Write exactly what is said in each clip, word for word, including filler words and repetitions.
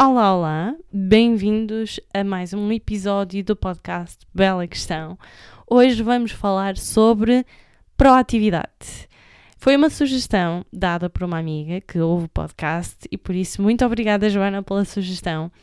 Olá, olá, bem-vindos a mais um episódio do podcast Bela Questão. Hoje vamos falar sobre proatividade. Foi uma sugestão dada por uma amiga que ouve o podcast e por isso muito obrigada, Joana, pela sugestão.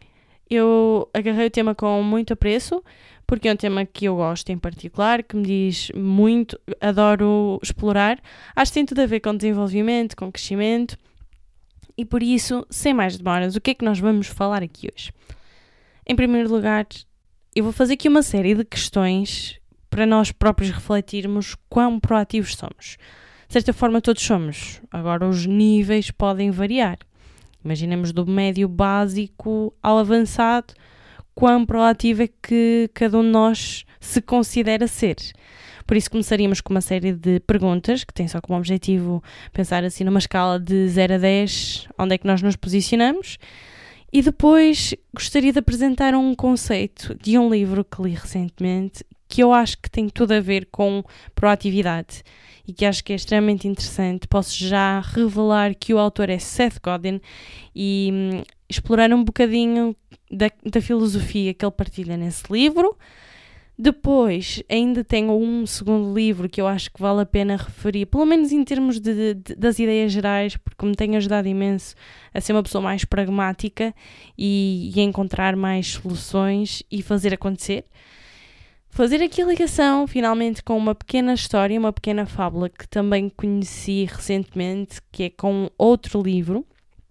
Eu agarrei o tema com muito apreço, porque é um tema que eu gosto em particular, que me diz muito, adoro explorar. Acho que tem tudo a ver com desenvolvimento, com crescimento. E por isso, sem mais demoras, o que é que nós vamos falar aqui hoje? Em primeiro lugar, eu vou fazer aqui uma série de questões para nós próprios refletirmos quão proativos somos. De certa forma, todos somos. Agora, os níveis podem variar. Imaginemos do médio básico ao avançado, quão proativo é que cada um de nós se considera ser. Por isso começaríamos com uma série de perguntas que têm só como objetivo pensar assim numa escala de zero a dez, onde é que nós nos posicionamos. E depois gostaria de apresentar um conceito de um livro que li recentemente que eu acho que tem tudo a ver com proatividade e que acho que é extremamente interessante. Posso já revelar que o autor é Seth Godin e hum, explorar um bocadinho da, da filosofia que ele partilha nesse livro. Depois, ainda tenho um segundo livro que eu acho que vale a pena referir, pelo menos em termos de, de, das ideias gerais, porque me tem ajudado imenso a ser uma pessoa mais pragmática e, e a encontrar mais soluções e fazer acontecer. Fazer aqui a ligação, finalmente, com uma pequena história, uma pequena fábula que também conheci recentemente, que é com outro livro,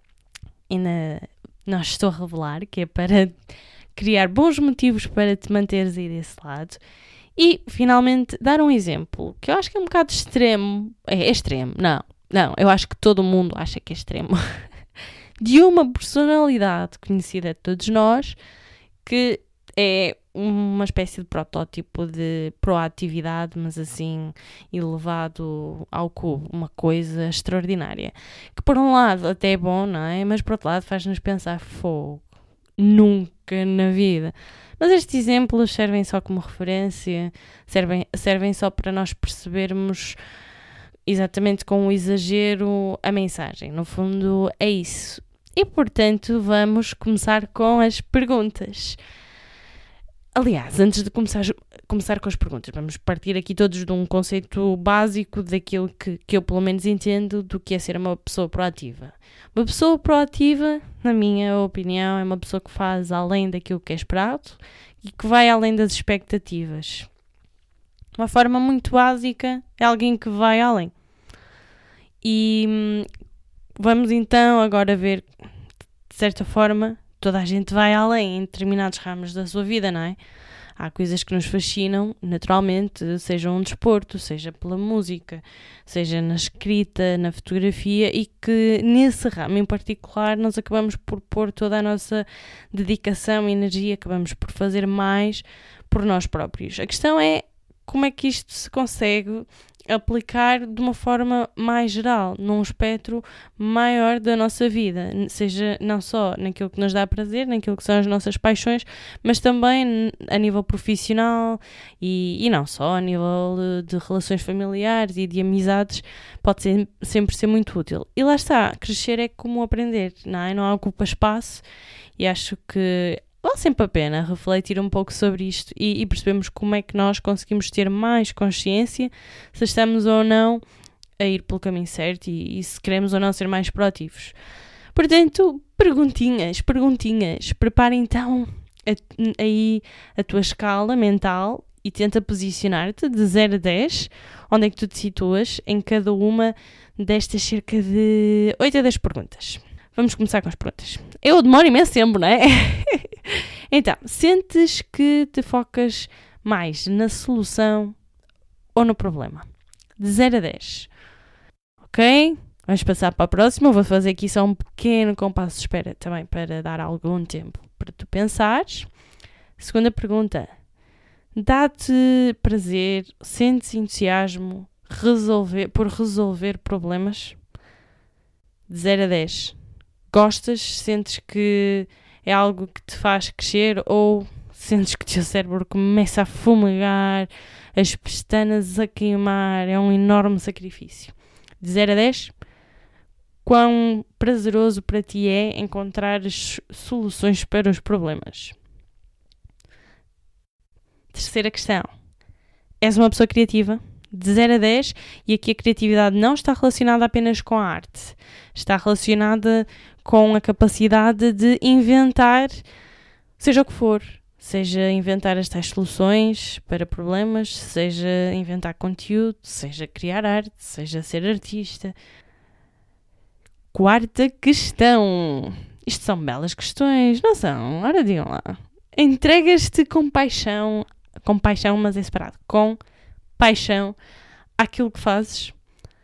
ainda não estou a revelar, que é para criar bons motivos para te manteres aí desse lado. E, finalmente, dar um exemplo, que eu acho que é um bocado extremo. É, é extremo, não. Não, eu acho que todo mundo acha que é extremo. De uma personalidade conhecida de todos nós, que é uma espécie de protótipo de proatividade, mas assim, elevado ao cubo. Uma coisa extraordinária. Que, por um lado, até é bom, não é? Mas, por outro lado, faz-nos pensar, fogo. Nunca na vida. Mas estes exemplos servem só como referência, servem, servem só para nós percebermos exatamente com o exagero a mensagem. No fundo é isso. E portanto vamos começar com as perguntas. Aliás, antes de começar, começar com as perguntas, vamos partir aqui todos de um conceito básico daquilo que, que eu pelo menos entendo do que é ser uma pessoa proativa. Uma pessoa proativa, na minha opinião, é uma pessoa que faz além daquilo que é esperado e que vai além das expectativas. De uma forma muito básica, é alguém que vai além. E hum, vamos então agora ver, de certa forma, toda a gente vai além em determinados ramos da sua vida, não é? Há coisas que nos fascinam, naturalmente, seja um desporto, seja pela música, seja na escrita, na fotografia, e que nesse ramo em particular nós acabamos por pôr toda a nossa dedicação e energia, acabamos por fazer mais por nós próprios. A questão é como é que isto se consegue aplicar de uma forma mais geral, num espectro maior da nossa vida, seja não só naquilo que nos dá prazer, naquilo que são as nossas paixões, mas também a nível profissional e, e não só, a nível de relações familiares e de amizades, pode ser, sempre ser muito útil. E lá está, crescer é como aprender, não é? Não ocupa espaço e acho que vale sempre a pena refletir um pouco sobre isto e, e percebermos como é que nós conseguimos ter mais consciência se estamos ou não a ir pelo caminho certo e, e se queremos ou não ser mais proativos. Portanto, perguntinhas, perguntinhas. Prepara então a, aí a tua escala mental e tenta posicionar-te de zero a dez, onde é que tu te situas em cada uma destas cerca de oito a dez perguntas. Vamos começar com as perguntas. Eu demoro imenso tempo, não é? Então, sentes que te focas mais na solução ou no problema? De zero a dez. Ok? Vamos passar para a próxima. Vou fazer aqui só um pequeno compasso de espera também para dar algum tempo para tu pensares. Segunda pergunta. Dá-te prazer, sentes entusiasmo resolver, por resolver problemas? De zero a dez. Gostas? Sentes que é algo que te faz crescer ou sentes que o teu cérebro começa a fumegar, as pestanas a queimar, é um enorme sacrifício? De zero a dez, quão prazeroso para ti é encontrar as soluções para os problemas. Terceira questão. És uma pessoa criativa? De zero a dez, e aqui a criatividade não está relacionada apenas com a arte. Está relacionada com a capacidade de inventar, seja o que for. Seja inventar as tais soluções para problemas, seja inventar conteúdo, seja criar arte, seja ser artista. Quarta questão. Isto são belas questões, não são? Ora, digam lá. Entregas-te com paixão, com paixão, mas é separado, com paixão àquilo que fazes?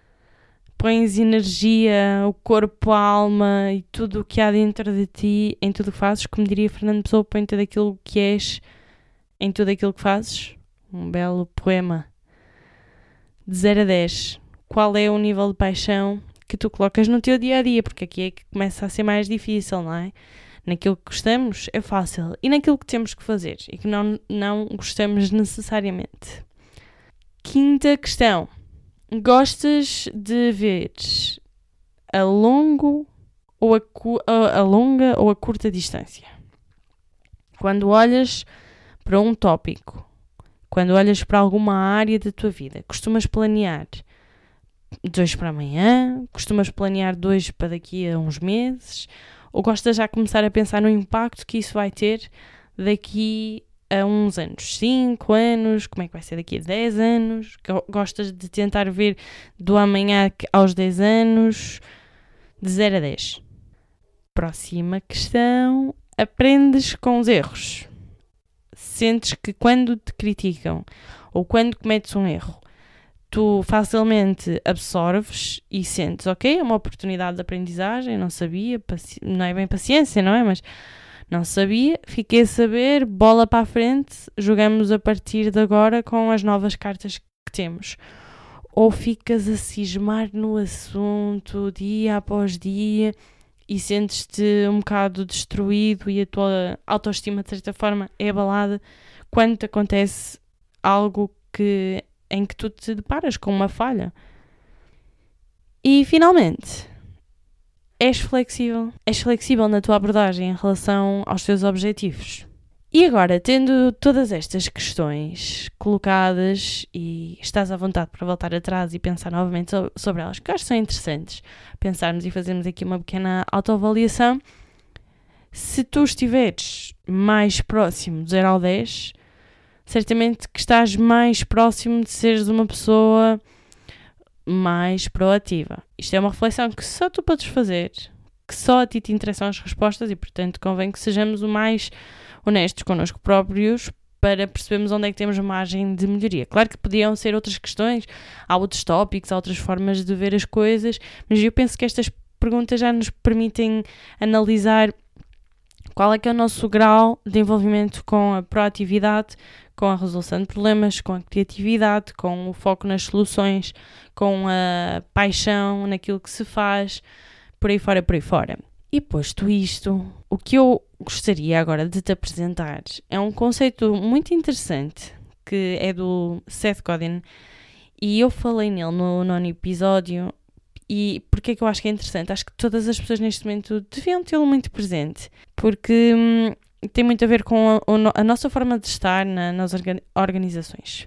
Pões energia, o corpo, a alma e tudo o que há dentro de ti em tudo o que fazes? Como diria Fernando Pessoa, põe tudo aquilo que és em tudo aquilo que fazes? Um belo poema. De zero a dez, qual é o nível de paixão que tu colocas no teu dia-a-dia? Porque aqui é que começa a ser mais difícil, não é? Naquilo que gostamos é fácil. E naquilo que temos que fazer e que não, não gostamos necessariamente. Quinta questão. Gostas de ver a longo ou a, cu- a, a longa ou a curta distância? Quando olhas para um tópico, quando olhas para alguma área da tua vida, costumas planear dois para amanhã? Costumas planear dois para daqui a uns meses? Ou gostas já de começar a pensar no impacto que isso vai ter daqui a uns anos? cinco anos? Como é que vai ser daqui a dez anos? Gostas de tentar ver do amanhã aos dez anos? De zero a dez. Próxima questão. Aprendes com os erros? Sentes que quando te criticam ou quando cometes um erro, tu facilmente absorves e sentes, ok, é uma oportunidade de aprendizagem, não sabia, paci- não é bem paciência, não é? Mas não sabia, fiquei a saber, bola para a frente, jogamos a partir de agora com as novas cartas que temos. Ou ficas a cismar no assunto dia após dia e sentes-te um bocado destruído e a tua autoestima de certa forma é abalada quando te acontece algo que em que tu te deparas com uma falha. E, finalmente, és flexível. És flexível na tua abordagem em relação aos teus objetivos. E agora, tendo todas estas questões colocadas e estás à vontade para voltar atrás e pensar novamente sobre elas, que acho que são interessantes, pensarmos e fazermos aqui uma pequena autoavaliação, se tu estiveres mais próximo de zero ao dez, certamente que estás mais próximo de seres uma pessoa mais proativa. Isto é uma reflexão que só tu podes fazer, que só a ti te interessam as respostas e, portanto, convém que sejamos o mais honestos connosco próprios para percebermos onde é que temos margem de melhoria. Claro que podiam ser outras questões, há outros tópicos, há outras formas de ver as coisas, mas eu penso que estas perguntas já nos permitem analisar qual é que é o nosso grau de envolvimento com a proatividade, com a resolução de problemas, com a criatividade, com o foco nas soluções, com a paixão naquilo que se faz, por aí fora, por aí fora. E posto isto, o que eu gostaria agora de te apresentar é um conceito muito interessante, que é do Seth Godin, e eu falei nele no nono episódio. E porquê é que eu acho que é interessante? Acho que todas as pessoas neste momento deviam tê-lo muito presente, porque hum, tem muito a ver com a, a nossa forma de estar na, nas organizações.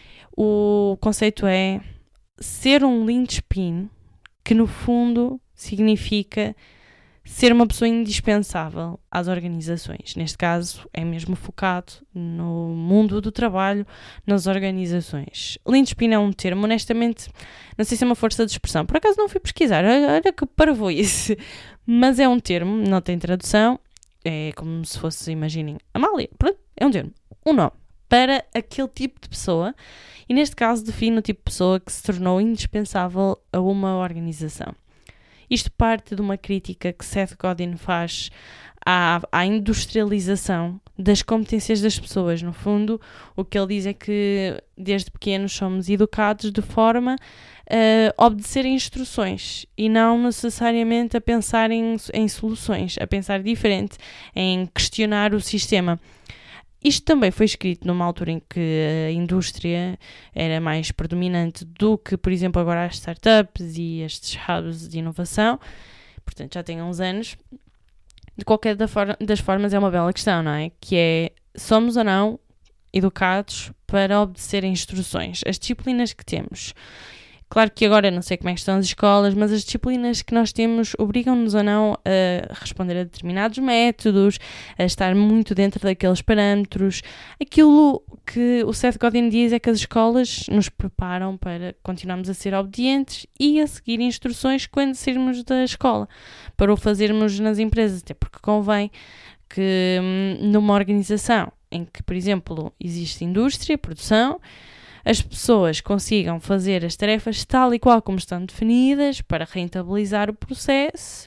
O conceito é ser um linchpin, que no fundo significa ser uma pessoa indispensável às organizações. Neste caso, é mesmo focado no mundo do trabalho, nas organizações. Linchpin é um termo, honestamente, não sei se é uma força de expressão. Por acaso não fui pesquisar, olha que parvoíce. Mas é um termo, não tem tradução. É como se fosse, imaginem, Amália. Pronto, é um termo, um nome para aquele tipo de pessoa. E neste caso define o tipo de pessoa que se tornou indispensável a uma organização. Isto parte de uma crítica que Seth Godin faz à, à industrialização das competências das pessoas. No fundo, o que ele diz é que desde pequenos somos educados de forma a obedecer instruções e não necessariamente a pensar em, em soluções, a pensar diferente, em questionar o sistema. Isto também foi escrito numa altura em que a indústria era mais predominante do que, por exemplo, agora as startups e estes hubs de inovação. Portanto, já tem uns anos. De qualquer das formas, é uma bela questão, não é? Que é, somos ou não educados para obedecer a instruções? As disciplinas que temos. Claro que agora não sei como é que estão as escolas, mas as disciplinas que nós temos obrigam-nos ou não a responder a determinados métodos, a estar muito dentro daqueles parâmetros. Aquilo que o Seth Godin diz é que as escolas nos preparam para continuarmos a ser obedientes e a seguir instruções quando sairmos da escola, para o fazermos nas empresas, até porque convém que numa organização em que, por exemplo, existe indústria, produção, as pessoas consigam fazer as tarefas tal e qual como estão definidas para rentabilizar o processo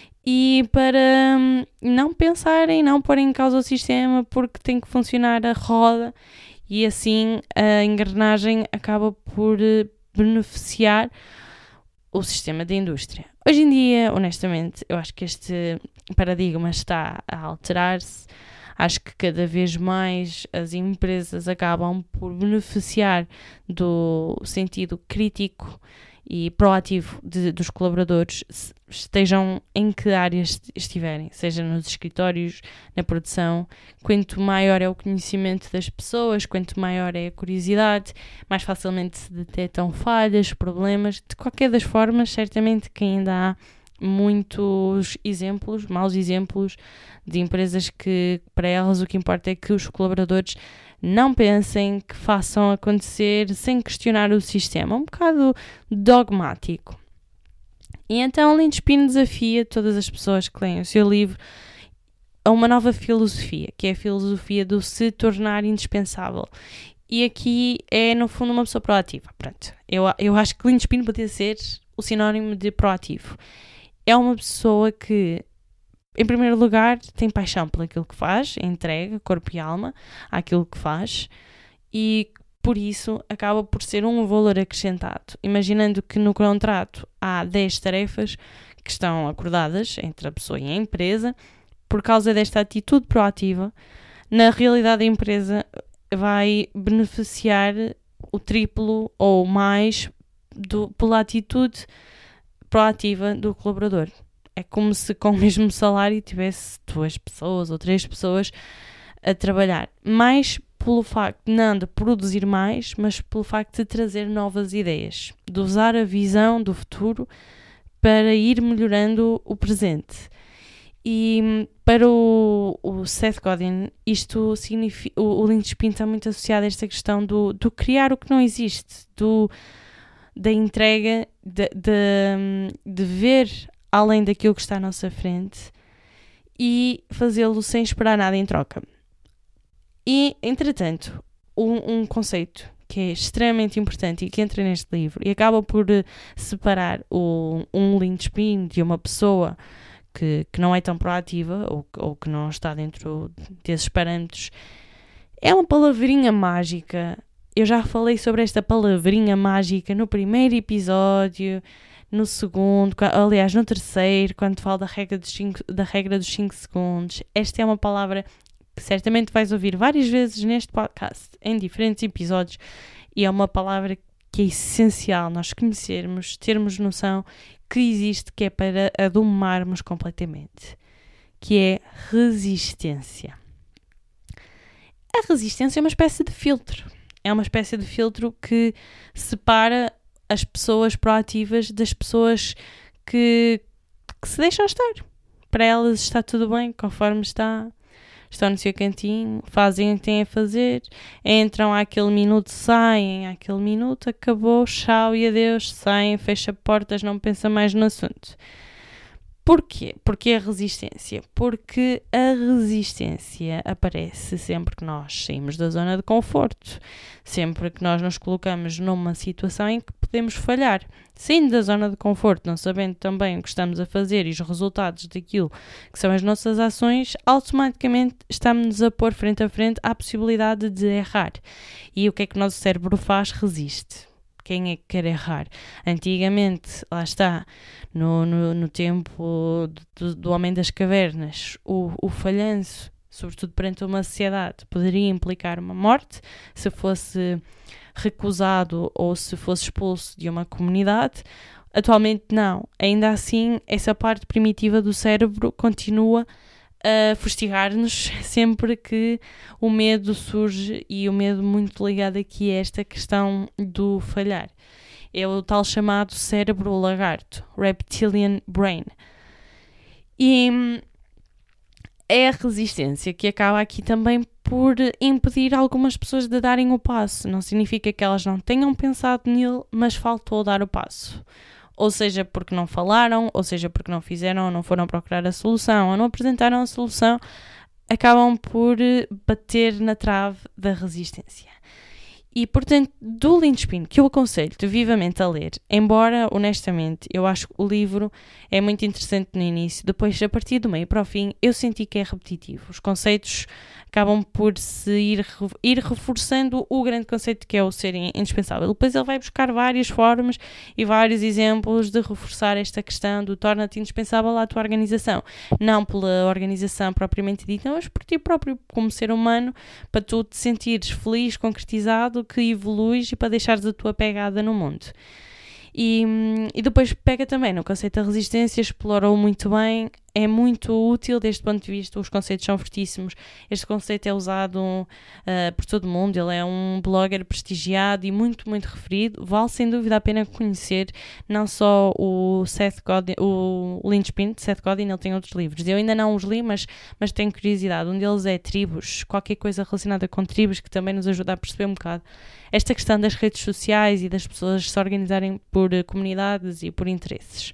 e para hum, não pensarem, não porem em causa o sistema porque tem que funcionar a roda e assim a engrenagem acaba por uh, beneficiar o sistema da indústria. Hoje em dia, honestamente, eu acho que este paradigma está a alterar-se. Acho que cada vez mais as empresas acabam por beneficiar do sentido crítico e proativo de, dos colaboradores, estejam em que áreas estiverem, seja nos escritórios, na produção. Quanto maior é o conhecimento das pessoas, quanto maior é a curiosidade, mais facilmente se detectam falhas, problemas. De qualquer das formas, certamente que ainda há muitos exemplos, maus exemplos, de empresas que para elas o que importa é que os colaboradores não pensem, que façam acontecer sem questionar o sistema, um bocado dogmático. E então Lindsay desafia todas as pessoas que leem o seu livro a uma nova filosofia, que é a filosofia do se tornar indispensável. E aqui é, no fundo, uma pessoa proativa. Pronto, eu, eu acho que Lindsay poderia ser o sinónimo de proativo. É uma pessoa que, em primeiro lugar, tem paixão por aquilo que faz, entrega corpo e alma àquilo que faz e, por isso, acaba por ser um valor acrescentado. Imaginando que no contrato há dez tarefas que estão acordadas entre a pessoa e a empresa, por causa desta atitude proativa, na realidade a empresa vai beneficiar o triplo ou mais do, pela atitude proativa do colaborador. É como se com o mesmo salário tivesse duas pessoas ou três pessoas a trabalhar. Mais pelo facto não de produzir mais, mas pelo facto de trazer novas ideias, de usar a visão do futuro para ir melhorando o presente. E para o, o Seth Godin, isto significa, o, o Lindsay está muito associado a esta questão do, do criar o que não existe, do da entrega, de, de, de ver além daquilo que está à nossa frente e fazê-lo sem esperar nada em troca. E, entretanto, um, um conceito que é extremamente importante e que entra neste livro e acaba por separar o, um linchpin de uma pessoa que, que não é tão proativa ou, ou que não está dentro desses parâmetros, é uma palavrinha mágica. Eu já falei sobre esta palavrinha mágica no primeiro episódio, no segundo, aliás, no terceiro, quando falo da regra dos cinco, da regra dos cinco segundos. Esta é uma palavra que certamente vais ouvir várias vezes neste podcast, em diferentes episódios, e é uma palavra que é essencial nós conhecermos, termos noção que existe, que é para a domarmos completamente, que é resistência. A resistência é uma espécie de filtro. É uma espécie de filtro que separa as pessoas proativas das pessoas que, que se deixam estar. Para elas está tudo bem, conforme está. Estão no seu cantinho, fazem o que têm a fazer, entram àquele minuto, saem àquele minuto, acabou, tchau e adeus, saem, fecha portas, não pensa mais no assunto. Porquê? Porque a resistência? Porque a resistência aparece sempre que nós saímos da zona de conforto, sempre que nós nos colocamos numa situação em que podemos falhar. Saindo da zona de conforto, não sabendo também o que estamos a fazer e os resultados daquilo que são as nossas ações, automaticamente estamos a pôr frente a frente à possibilidade de errar. E o que é que o nosso cérebro faz? Resiste. Quem é que quer errar? Antigamente, lá está, no, no, no tempo do, do Homem das Cavernas, o, o falhanço sobretudo perante uma sociedade, poderia implicar uma morte se fosse recusado ou se fosse expulso de uma comunidade. Atualmente não. Ainda assim, essa parte primitiva do cérebro continua a fustigar-nos sempre que o medo surge, e o medo muito ligado aqui a esta questão do falhar. É o tal chamado cérebro lagarto, reptilian brain. E é a resistência que acaba aqui também por impedir algumas pessoas de darem o passo. Não significa que elas não tenham pensado nele, mas faltou dar o passo. Ou seja, porque não falaram, ou seja, porque não fizeram, ou não foram procurar a solução, ou não apresentaram a solução, acabam por bater na trave da resistência. E, portanto, do Linchpin, que eu aconselho-te vivamente a ler, embora, honestamente, eu acho que o livro é muito interessante no início, depois, a partir do meio para o fim, eu senti que é repetitivo. Os conceitos acabam por se ir, ir reforçando o grande conceito que é o ser indispensável. Depois ele vai buscar várias formas e vários exemplos de reforçar esta questão do torna-te indispensável à tua organização. Não pela organização propriamente dita, mas por ti próprio, como ser humano, para tu te sentires feliz, concretizado, que evoluis e para deixares a tua pegada no mundo. E, e depois pega também no conceito da resistência, explorou muito bem, é muito útil deste ponto de vista, os conceitos são fortíssimos, este conceito é usado uh, por todo o mundo, ele é um blogger prestigiado e muito, muito referido, vale sem dúvida a pena conhecer não só o Seth Godin, o Linchpin, Seth Godin, ele tem outros livros, eu ainda não os li, mas, mas tenho curiosidade, um deles é Tribos, qualquer coisa relacionada com tribos, que também nos ajuda a perceber um bocado esta questão das redes sociais e das pessoas se organizarem por comunidades e por interesses.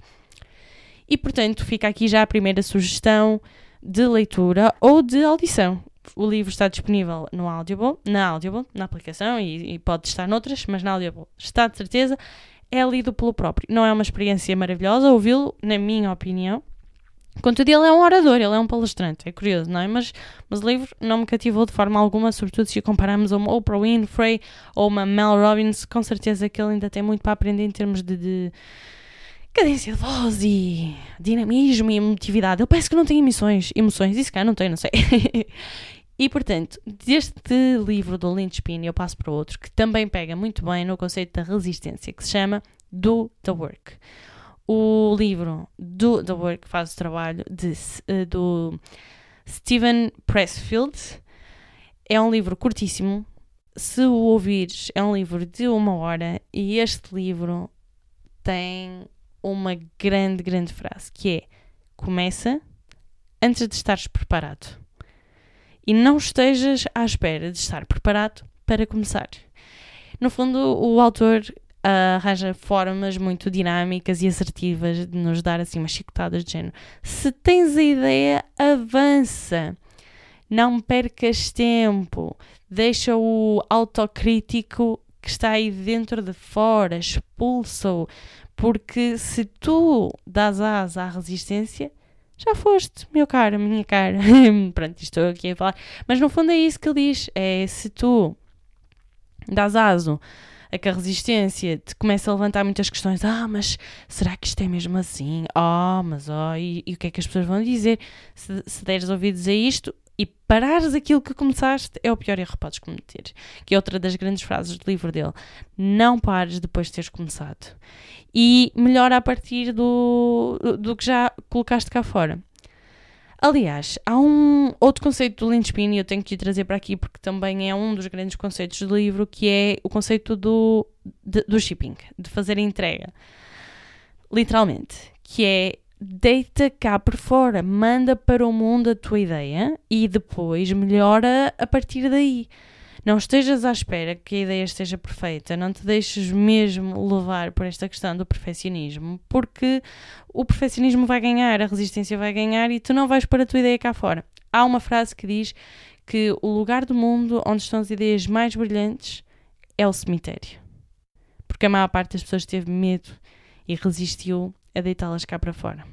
E, portanto, fica aqui já a primeira sugestão de leitura ou de audição. O livro está disponível no Audible, na Audible, na aplicação, e, e pode estar noutras, mas na Audible está de certeza. É lido pelo próprio. Não é uma experiência maravilhosa ouvi-lo, na minha opinião. Contudo, ele é um orador, ele é um palestrante. É curioso, não é? Mas, mas o livro não me cativou de forma alguma, sobretudo se o compararmos a uma Oprah Winfrey ou uma Mel Robbins. Com certeza que ele ainda tem muito para aprender em termos de, de cadência de voz e dinamismo e emotividade. Ele parece que não tem emoções. Emoções, isso cá não tem, não sei. E, portanto, deste livro do Linchpin eu passo para outro que também pega muito bem no conceito da resistência, que se chama Do the Work. O livro Do the Work faz o trabalho de, uh, do Steven Pressfield. É um livro curtíssimo. Se o ouvires, é um livro de uma hora e este livro tem uma grande, grande frase que é: começa antes de estares preparado. E não estejas à espera de estar preparado para começar. No fundo, o autor Uh, arranja formas muito dinâmicas e assertivas de nos dar assim umas chicotadas de género. Se tens a ideia, avança. Não percas tempo. Deixa o autocrítico que está aí dentro de fora. Expulsa-o. Porque se tu dás asa à resistência, já foste, meu caro, minha cara. Pronto, estou aqui a falar. Mas no fundo é isso que ele diz. É se tu dás aso a que a resistência te começa a levantar muitas questões. Ah, mas será que isto é mesmo assim? Ah, oh, mas ó, oh, e, e o que é que as pessoas vão dizer? Se, se deres ouvidos a isto e parares aquilo que começaste, é o pior erro que podes cometer. Que é outra das grandes frases do livro dele. Não pares depois de teres começado. E melhora a partir do, do que já colocaste cá fora. Aliás, há um outro conceito do Linchpin e eu tenho que te trazer para aqui porque também é um dos grandes conceitos do livro, que é o conceito do, de, do shipping, de fazer a entrega. Literalmente. Que é: deita cá por fora, manda para o mundo a tua ideia e depois melhora a partir daí. Não estejas à espera que a ideia esteja perfeita, não te deixes mesmo levar por esta questão do perfeccionismo, porque o perfeccionismo vai ganhar, a resistência vai ganhar e tu não vais pôr a tua ideia cá fora. Há uma frase que diz que o lugar do mundo onde estão as ideias mais brilhantes é o cemitério. Porque a maior parte das pessoas teve medo e resistiu a deitá-las cá para fora.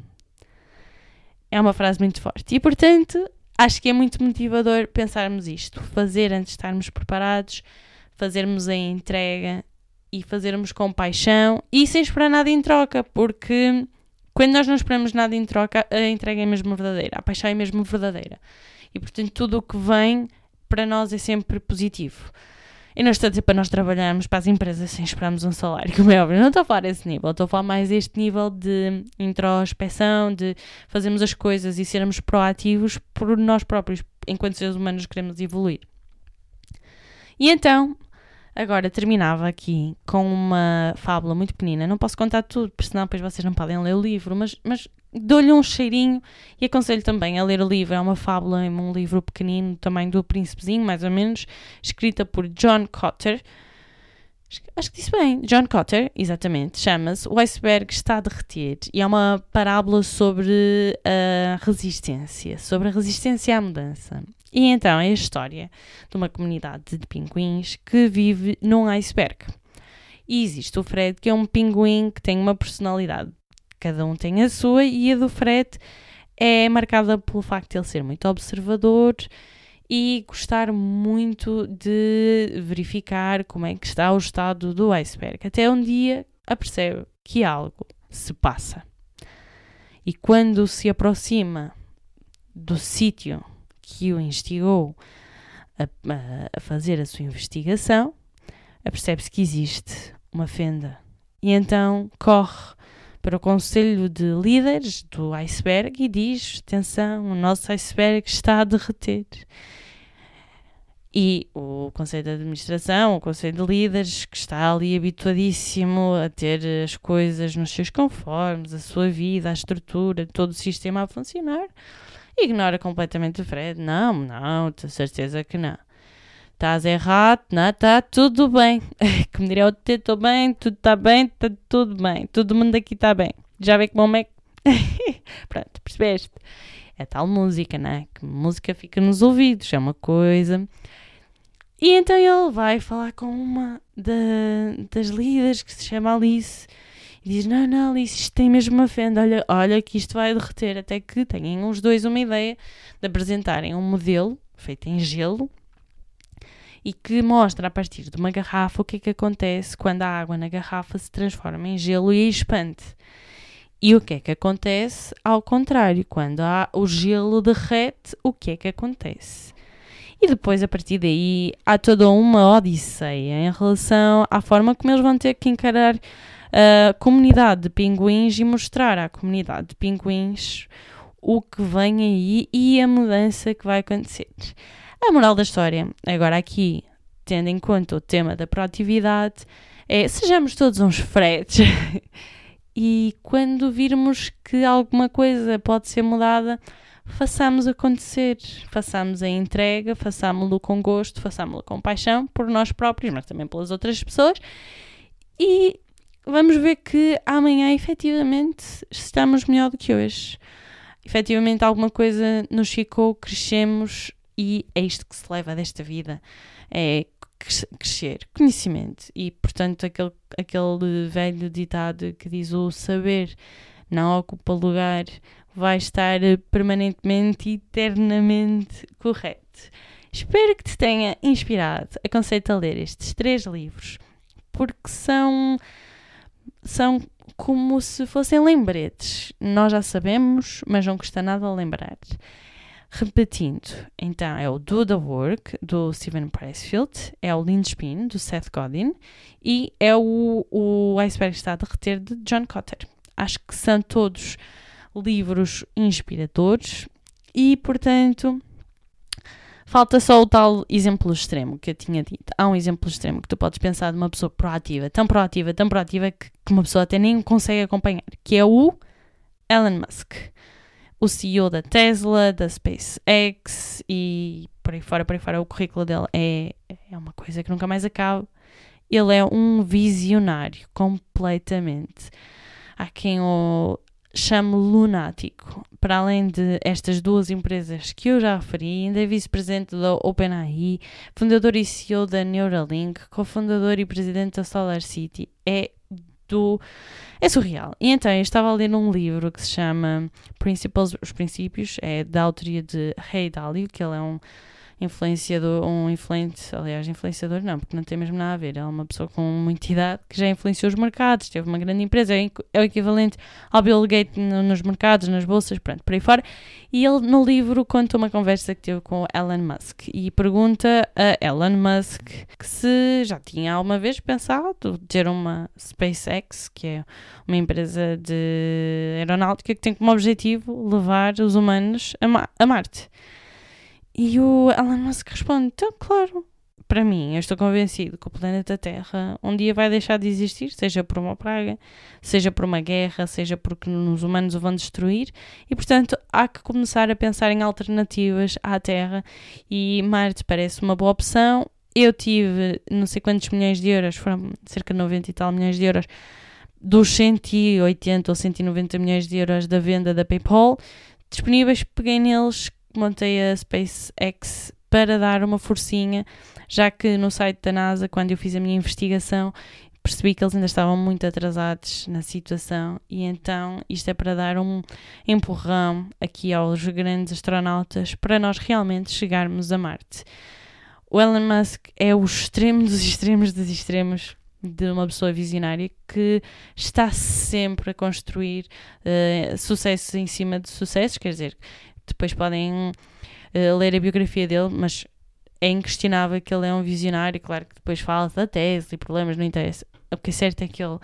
É uma frase muito forte e, portanto, acho que é muito motivador pensarmos isto. Fazer antes de estarmos preparados, fazermos a entrega e fazermos com paixão e sem esperar nada em troca, porque quando nós não esperamos nada em troca, a entrega é mesmo verdadeira, a paixão é mesmo verdadeira. e, portanto, tudo o que vem para nós é sempre positivo. E não estou a dizer para nós trabalharmos para as empresas sem esperarmos um salário, como é óbvio, não estou a falar desse nível, estou a falar mais deste nível de introspeção, de fazermos as coisas e sermos proativos por nós próprios, enquanto seres humanos queremos evoluir. E então, agora terminava aqui com uma fábula muito pequenina, não posso contar tudo, porque senão depois vocês não podem ler o livro, mas, mas dou-lhe um cheirinho e aconselho também a ler o livro. É uma fábula, um livro pequenino, também do Príncipezinho, mais ou menos, escrita por John Cotter. Acho que disse bem, John Cotter, exatamente. Chama-se O Iceberg Está a Derreter e é uma parábola sobre a resistência, sobre a resistência à mudança. E então é a história de uma comunidade de pinguins que vive num iceberg. E existe o Fred, que é um pinguim que tem uma personalidade. Cada um tem a sua, e a do Fred é marcada pelo facto de ele ser muito observador e gostar muito de verificar como é que está o estado do iceberg. Até um dia apercebe que algo se passa. E quando se aproxima do sítio que o instigou a, a, a fazer a sua investigação, apercebe-se que existe uma fenda. E então corre para o conselho de líderes do iceberg e diz: atenção, o nosso iceberg está a derreter. E o conselho de administração, o conselho de líderes, que está ali habituadíssimo a ter as coisas nos seus conformes, a sua vida, a estrutura, todo o sistema a funcionar, ignora completamente o Fred. Não, não, tenho certeza que não. Estás errado, não, está tudo bem. Como diria o T, estou bem, tudo está bem, está tudo bem. Todo mundo aqui está bem. Já vê como é que... Pronto, percebeste? É tal música, não é? Que música fica nos ouvidos, é uma coisa. E então ele vai falar com uma da, das líderes que se chama Alice e diz: não, não, Alice, isto tem mesmo uma fenda, olha, olha que isto vai derreter. Até que tenham os dois uma ideia de apresentarem um modelo feito em gelo e que mostra a partir de uma garrafa o que é que acontece quando a água na garrafa se transforma em gelo e expande. E o que é que acontece ao contrário? Quando há o gelo derrete, o que é que acontece? E depois, a partir daí, há toda uma odisseia em relação à forma como eles vão ter que encarar a comunidade de pinguins e mostrar à comunidade de pinguins o que vem aí e a mudança que vai acontecer. A moral da história, agora aqui, tendo em conta o tema da proatividade, é: sejamos todos uns fretes. E quando virmos que alguma coisa pode ser mudada, façamos acontecer, façamos a entrega, façamos-lo com gosto, façamos-lo com paixão, por nós próprios, mas também pelas outras pessoas, e vamos ver que amanhã, efetivamente, estamos melhor do que hoje. Efetivamente, alguma coisa nos ficou, crescemos, e é isto que se leva desta vida, é crescer, conhecimento. E, portanto, aquele, aquele velho ditado que diz: o saber não ocupa lugar, vai estar permanentemente e eternamente correto. Espero que te tenha inspirado. Aconselho-te a ler estes três livros, porque são, são como se fossem lembretes. Nós já sabemos, mas não custa nada lembrar. Repetindo, então, é o Do the Work, do Steven Pressfield, é o Linchpin, do Seth Godin, e é o, o Iceberg Está a Derreter, de John Cotter. Acho que são todos livros inspiradores e, portanto, falta só o tal exemplo extremo que eu tinha dito. Há um exemplo extremo que tu podes pensar de uma pessoa proativa, tão proativa, tão proativa, que, que uma pessoa até nem consegue acompanhar, que é o Elon Musk. O C E O da Tesla, da SpaceX e por aí fora, por aí fora, o currículo dele é, é uma coisa que nunca mais acaba. Ele é um visionário, completamente. Há quem o chame lunático. Para além de estas duas empresas que eu já referi, ainda é vice-presidente da OpenAI, fundador e C E O da Neuralink, cofundador e presidente da SolarCity. É do... É surreal. E então, eu estava a ler um livro que se chama Principles, Os Princípios, é da autoria de Ray Dalio, que ele é um influenciador, um influente, aliás, influenciador não, porque não tem mesmo nada a ver, ele é uma pessoa com muita idade que já influenciou os mercados, teve uma grande empresa, é, é o equivalente ao Bill Gates nos mercados, nas bolsas, pronto, por aí fora. E ele no livro conta uma conversa que teve com o Elon Musk e pergunta a Elon Musk que se já tinha alguma vez pensado ter uma SpaceX, que é uma empresa de aeronáutica que tem como objetivo levar os humanos a, Ma- a Marte. E o Elon Musk responde, então, claro, para mim, eu estou convencido que o planeta Terra um dia vai deixar de existir, seja por uma praga, seja por uma guerra, seja porque os humanos o vão destruir, e, portanto, há que começar a pensar em alternativas à Terra, e Marte parece uma boa opção. Eu tive não sei quantos milhões de euros, foram cerca de noventa e tal milhões de euros, dos cento e oitenta ou cento e noventa milhões de euros da venda da PayPal, disponíveis, peguei neles, montei a SpaceX para dar uma forcinha, já que no site da NASA, quando eu fiz a minha investigação, percebi que eles ainda estavam muito atrasados na situação e então isto é para dar um empurrão aqui aos grandes astronautas para nós realmente chegarmos a Marte. O Elon Musk é o extremo dos extremos dos extremos de uma pessoa visionária que está sempre a construir uh, sucessos em cima de sucessos, quer dizer, depois podem uh, ler a biografia dele, mas é inquestionável que ele é um visionário. Claro que depois fala da tese e problemas, não interessa. O que é certo é que ele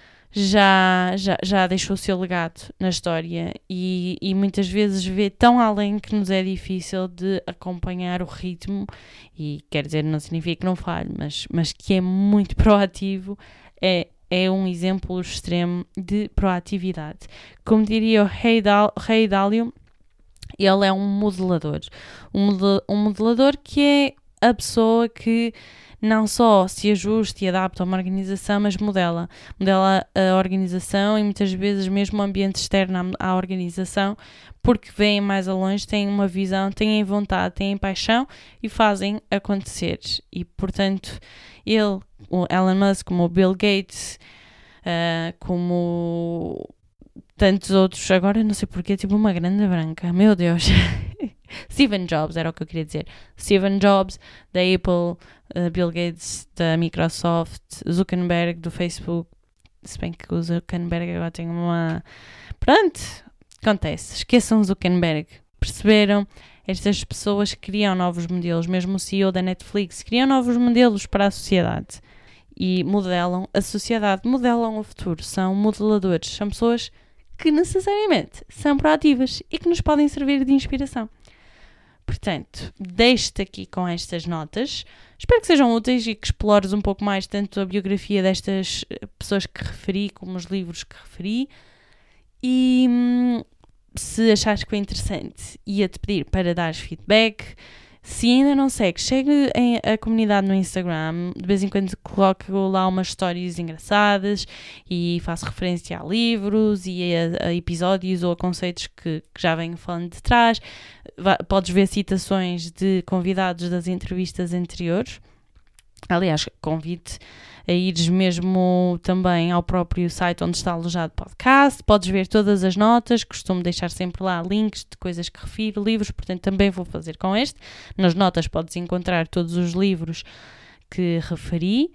já, já, já deixou o seu legado na história e, e muitas vezes vê tão além que nos é difícil de acompanhar o ritmo, e quer dizer, não significa que não falhe, mas, mas que é muito proativo. É É um exemplo extremo de proatividade. Como diria o Rei Dalio, ele é um modelador. Um, model, um modelador que é a pessoa que não só se ajusta e adapta a uma organização, mas modela. Modela a organização e muitas vezes mesmo o ambiente externo à, à organização, porque veem mais a longe, têm uma visão, têm vontade, têm paixão e fazem acontecer. E, portanto, ele, o Elon Musk, como o Bill Gates, uh, como tantos outros, agora não sei porquê, tipo uma grande branca, meu Deus. Steve Jobs, era o que eu queria dizer. Steve Jobs, da Apple, uh, Bill Gates, da Microsoft, Zuckerberg, do Facebook. Se bem que o Zuckerberg agora tem uma... Pronto, acontece. Esqueçam o Zuckerberg. Perceberam? Estas pessoas criam novos modelos, mesmo o C E O da Netflix, criam novos modelos para a sociedade e modelam a sociedade, modelam o futuro, são modeladores, são pessoas que necessariamente são proativas e que nos podem servir de inspiração. Portanto, deixo-te aqui com estas notas. Espero que sejam úteis e que explores um pouco mais tanto a biografia destas pessoas que referi como os livros que referi. E hum, se achares que foi interessante, ia-te pedir para dares feedback. Se ainda não segues, segue a comunidade no Instagram. De vez em quando coloco lá umas histórias engraçadas e faço referência a livros e a, a episódios ou a conceitos que, que já venho falando de trás. Va- podes ver citações de convidados das entrevistas anteriores. Aliás, convido-te a ires mesmo também ao próprio site onde está alojado o podcast. Podes ver todas as notas, costumo deixar sempre lá links de coisas que refiro, livros, portanto também vou fazer com este. Nas notas podes encontrar todos os livros que referi.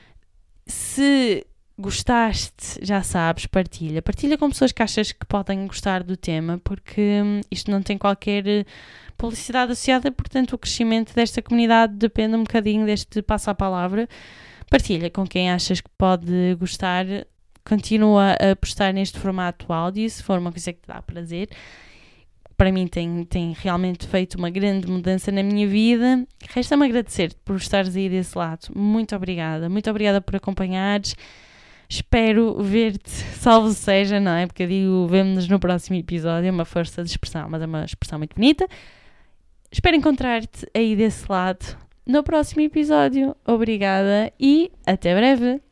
Se gostaste, já sabes, partilha. Partilha com pessoas que achas que podem gostar do tema, porque hum, isto não tem qualquer publicidade associada, portanto o crescimento desta comunidade depende um bocadinho deste passo à palavra. Partilha com quem achas que pode gostar. Continua a apostar neste formato áudio, se for uma coisa que te dá prazer. Para mim tem, tem realmente feito uma grande mudança na minha vida. Resta-me agradecer-te por estares aí desse lado. Muito obrigada. Muito obrigada por acompanhares. Espero ver-te, salvo seja, não é? Porque eu digo, vemo-nos no próximo episódio. É uma força de expressão, mas é uma expressão muito bonita. Espero encontrar-te aí desse lado no próximo episódio. Obrigada e até breve!